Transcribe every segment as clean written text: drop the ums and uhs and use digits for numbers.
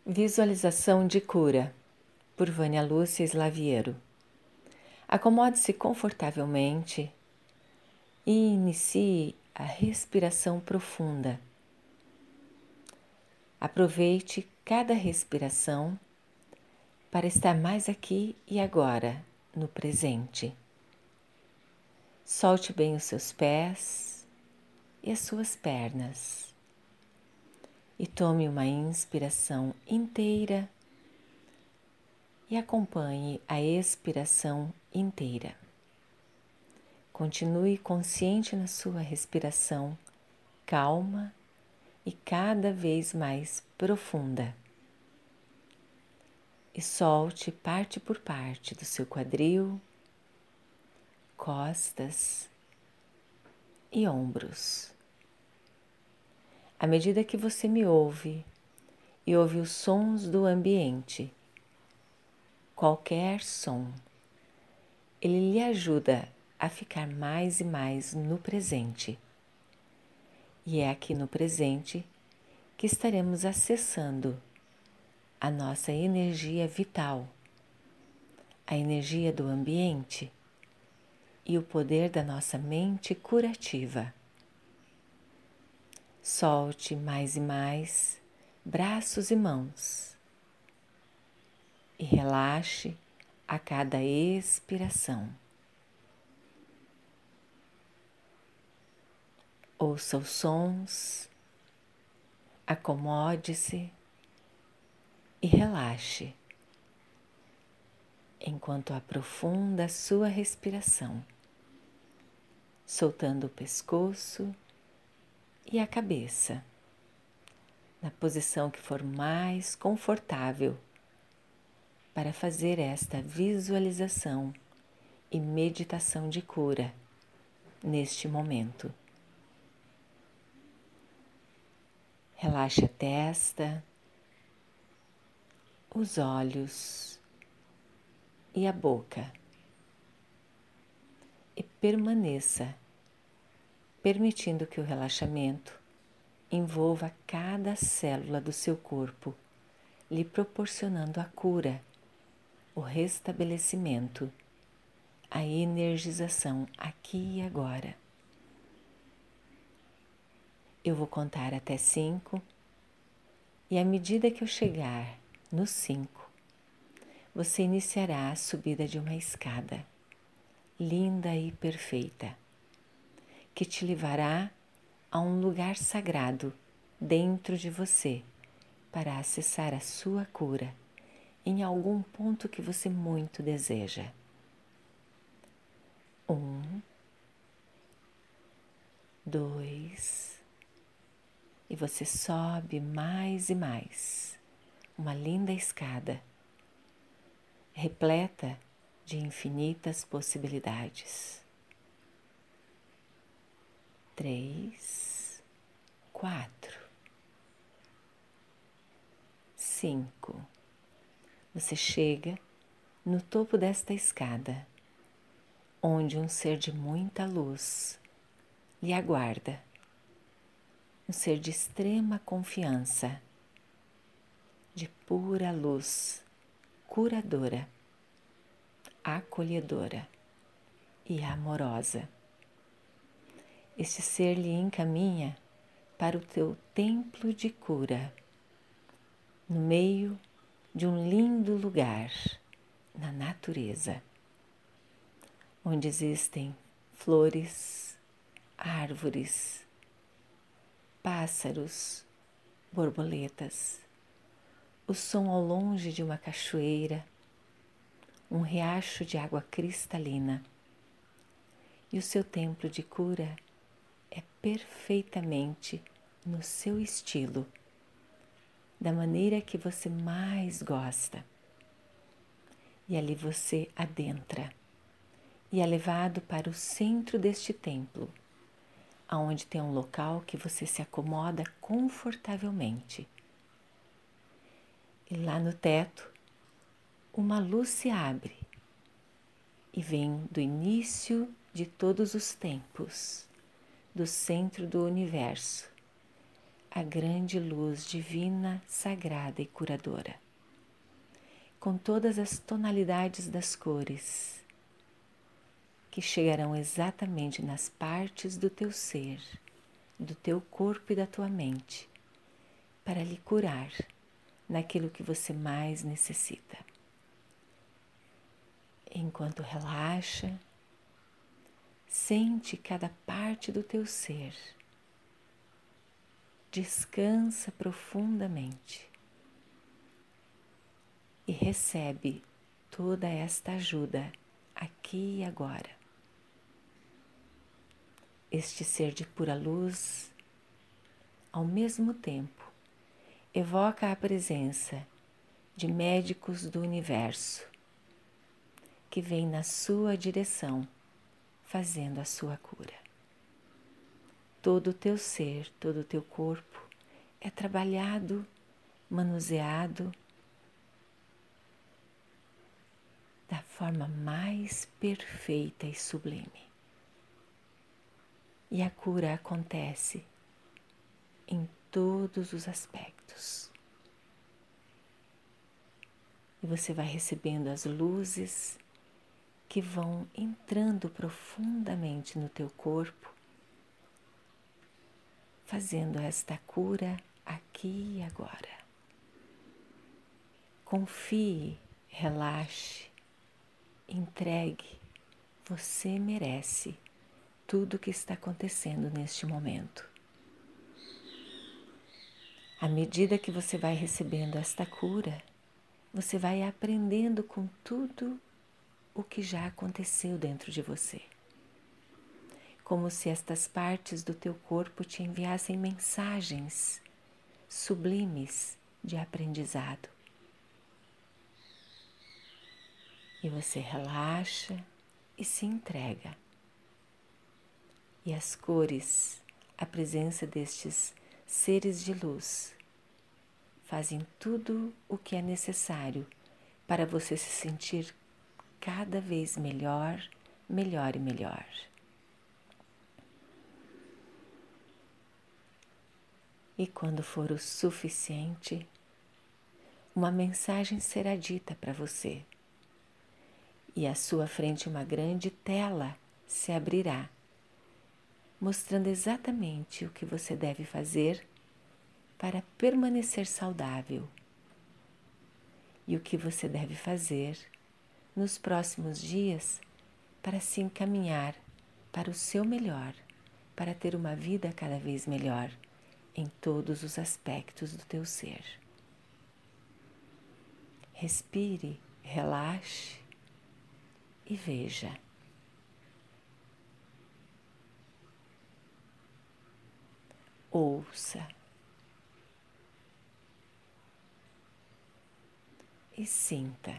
Visualização de cura, por Vânia Lúcia Slaviero. Acomode-se confortavelmente e inicie a respiração profunda. Aproveite cada respiração para estar mais aqui e agora, no presente. Solte bem os seus pés e as suas pernas. E tome uma inspiração inteira e acompanhe a expiração inteira. Continue consciente na sua respiração, calma e cada vez mais profunda. E solte parte por parte do seu quadril, costas e ombros. À medida que você me ouve e ouve os sons do ambiente, qualquer som, ele lhe ajuda a ficar mais e mais no presente. E é aqui no presente que estaremos acessando a nossa energia vital, a energia do ambiente e o poder da nossa mente curativa. Solte mais e mais braços e mãos e relaxe a cada expiração. Ouça os sons, acomode-se e relaxe, enquanto aprofunda a sua respiração, soltando o pescoço e a cabeça, na posição que for mais confortável para fazer esta visualização e meditação de cura neste momento. Relaxe a testa, os olhos e a boca e permaneça permitindo que o relaxamento envolva cada célula do seu corpo, lhe proporcionando a cura, o restabelecimento, a energização aqui e agora. Eu vou contar até 5 e à medida que eu chegar no 5, você iniciará a subida de uma escada linda e perfeita, que te levará a um lugar sagrado dentro de você para acessar a sua cura em algum ponto que você muito deseja. 1, 2, e você sobe mais e mais, uma linda escada, repleta de infinitas possibilidades. 3, 4, 5. Você chega no topo desta escada, onde um ser de muita luz lhe aguarda. Um ser de extrema confiança, de pura luz, curadora, acolhedora e amorosa. Este ser lhe encaminha para o teu templo de cura, no meio de um lindo lugar na natureza, onde existem flores, árvores, pássaros, borboletas, o som ao longe de uma cachoeira, um riacho de água cristalina. E o seu templo de cura é perfeitamente no seu estilo, da maneira que você mais gosta. E ali você adentra e é levado para o centro deste templo, aonde tem um local que você se acomoda confortavelmente. E lá no teto, uma luz se abre e vem do início de todos os tempos, do centro do universo, a grande luz divina, sagrada e curadora, com todas as tonalidades das cores, que chegarão exatamente nas partes do teu ser, do teu corpo e da tua mente, para lhe curar naquilo que você mais necessita. Enquanto relaxa, sente cada parte do teu ser. Descansa profundamente e recebe toda esta ajuda aqui e agora. Este ser de pura luz, ao mesmo tempo, evoca a presença de médicos do universo que vêm na sua direção, fazendo a sua cura. Todo o teu ser, todo o teu corpo é trabalhado, manuseado da forma mais perfeita e sublime. E a cura acontece em todos os aspectos. E você vai recebendo as luzes que vão entrando profundamente no teu corpo, fazendo esta cura aqui e agora. Confie, relaxe, entregue, você merece tudo o que está acontecendo neste momento. À medida que você vai recebendo esta cura, você vai aprendendo com tudo o que já aconteceu dentro de você. Como se estas partes do teu corpo te enviassem mensagens sublimes de aprendizado. E você relaxa e se entrega. E as cores, a presença destes seres de luz, fazem tudo o que é necessário para você se sentir cada vez melhor, melhor e melhor. E quando for o suficiente, uma mensagem será dita para você. E à sua frente uma grande tela se abrirá, mostrando exatamente o que você deve fazer para permanecer saudável e o que você deve fazer nos próximos dias para se encaminhar para o seu melhor, para ter uma vida cada vez melhor em todos os aspectos do teu ser. Respire, relaxe e veja. Ouça e sinta.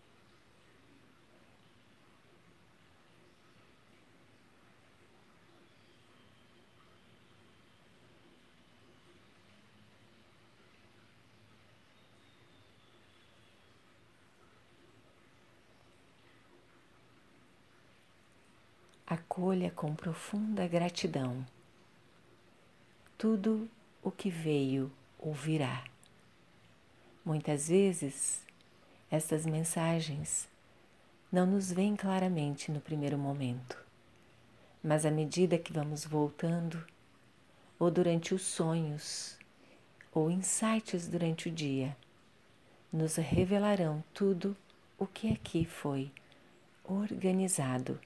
Acolha com profunda gratidão tudo o que veio ou virá. Muitas vezes, estas mensagens não nos vêm claramente no primeiro momento, mas à medida que vamos voltando, ou durante os sonhos, ou insights durante o dia, nos revelarão tudo o que aqui foi organizado.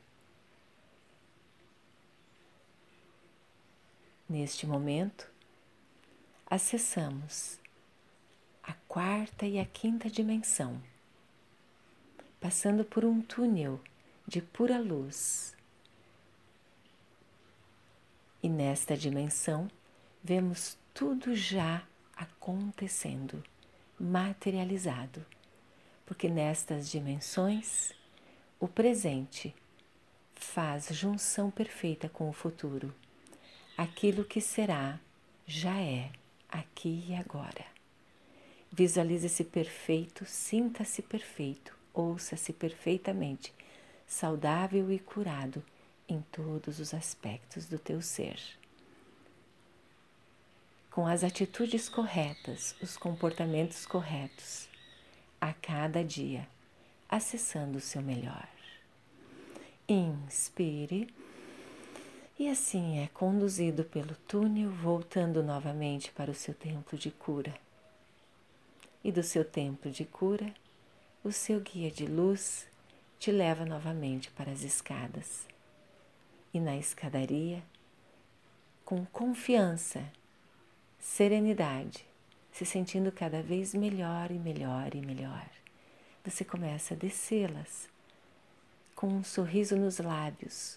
Neste momento, acessamos a quarta e a quinta dimensão, passando por um túnel de pura luz. E nesta dimensão, vemos tudo já acontecendo, materializado, porque nestas dimensões, o presente faz junção perfeita com o futuro. Aquilo que será, já é, aqui e agora. Visualize-se perfeito, sinta-se perfeito, ouça-se perfeitamente, saudável e curado em todos os aspectos do teu ser. com as atitudes corretas, os comportamentos corretos, a cada dia, acessando o seu melhor. Inspire e assim é conduzido pelo túnel, voltando novamente para o seu templo de cura. E do seu templo de cura, o seu guia de luz te leva novamente para as escadas. E na escadaria, com confiança, serenidade, se sentindo cada vez melhor e melhor e melhor, você começa a descê-las com um sorriso nos lábios,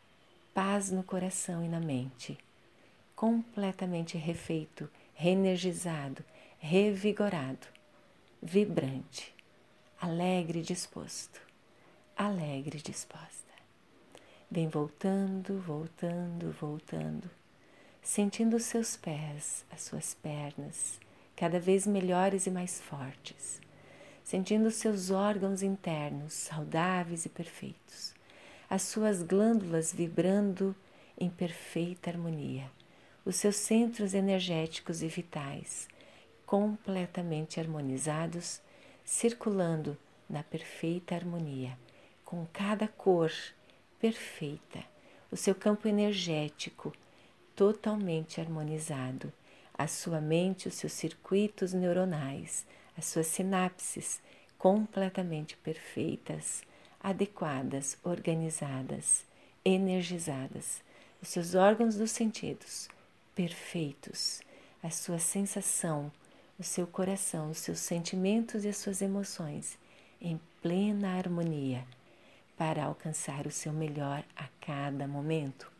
paz no coração e na mente, completamente refeito, reenergizado, revigorado, vibrante, alegre e disposto, alegre e disposta. Vem voltando, voltando, voltando, sentindo os seus pés, as suas pernas, cada vez melhores e mais fortes, sentindo os seus órgãos internos saudáveis e perfeitos, as suas glândulas vibrando em perfeita harmonia, os seus centros energéticos e vitais completamente harmonizados, circulando na perfeita harmonia, com cada cor perfeita, o seu campo energético totalmente harmonizado, a sua mente, os seus circuitos neuronais, as suas sinapses completamente perfeitas, adequadas, organizadas, energizadas, os seus órgãos dos sentidos perfeitos, a sua sensação, o seu coração, os seus sentimentos e as suas emoções em plena harmonia para alcançar o seu melhor a cada momento,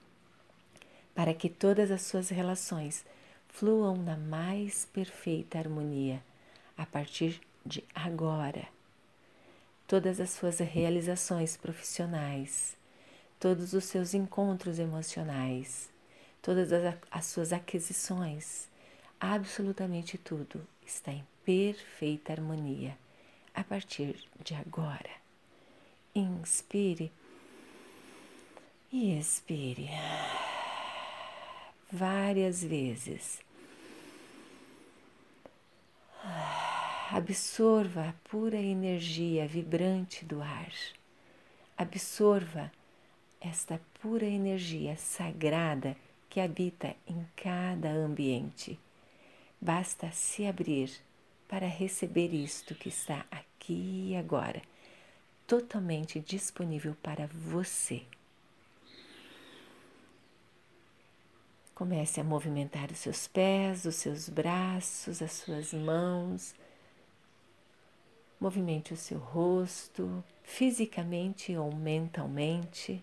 para que todas as suas relações fluam na mais perfeita harmonia a partir de agora. Todas as suas realizações profissionais, todos os seus encontros emocionais, todas as suas aquisições, absolutamente tudo está em perfeita harmonia a partir de agora. Inspire e expire várias vezes. Absorva a pura energia vibrante do ar. Absorva esta pura energia sagrada que habita em cada ambiente. Basta se abrir para receber isto que está aqui e agora, totalmente disponível para você. Comece a movimentar os seus pés, os seus braços, as suas mãos. Movimente o seu rosto, fisicamente ou mentalmente.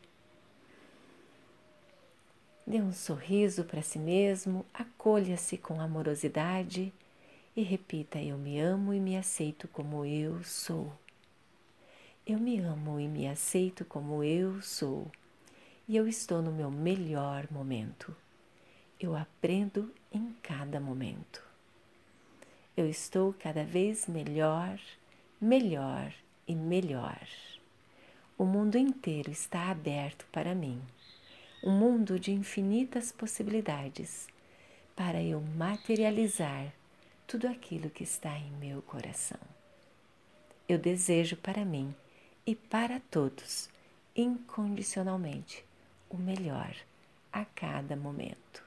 Dê um sorriso para si mesmo, acolha-se com amorosidade e repita: eu me amo e me aceito como eu sou. Eu me amo e me aceito como eu sou. E eu estou no meu melhor momento. Eu aprendo em cada momento. Eu estou cada vez melhor, melhor e melhor. O mundo inteiro está aberto para mim. Um mundo de infinitas possibilidades para eu materializar tudo aquilo que está em meu coração. Eu desejo para mim e para todos, incondicionalmente, o melhor a cada momento.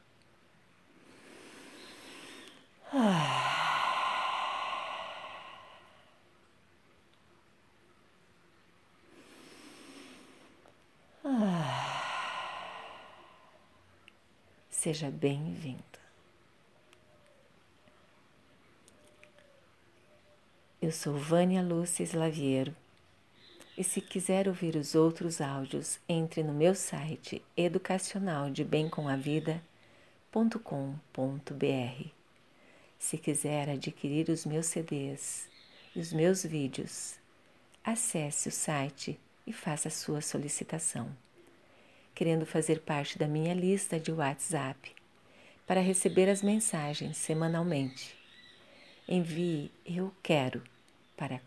Seja bem-vindo. Eu sou Vânia Lúcia Slaviero e se quiser ouvir os outros áudios, entre no meu site educacionaldebemcomavida.com.br. Se quiser adquirir os meus CDs e os meus vídeos, acesse o site e faça a sua solicitação. Querendo fazer parte da minha lista de WhatsApp para receber as mensagens semanalmente, envie "Eu quero" para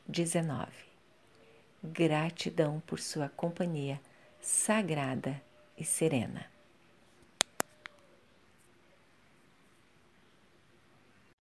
41999038519. Gratidão por sua companhia sagrada e serena.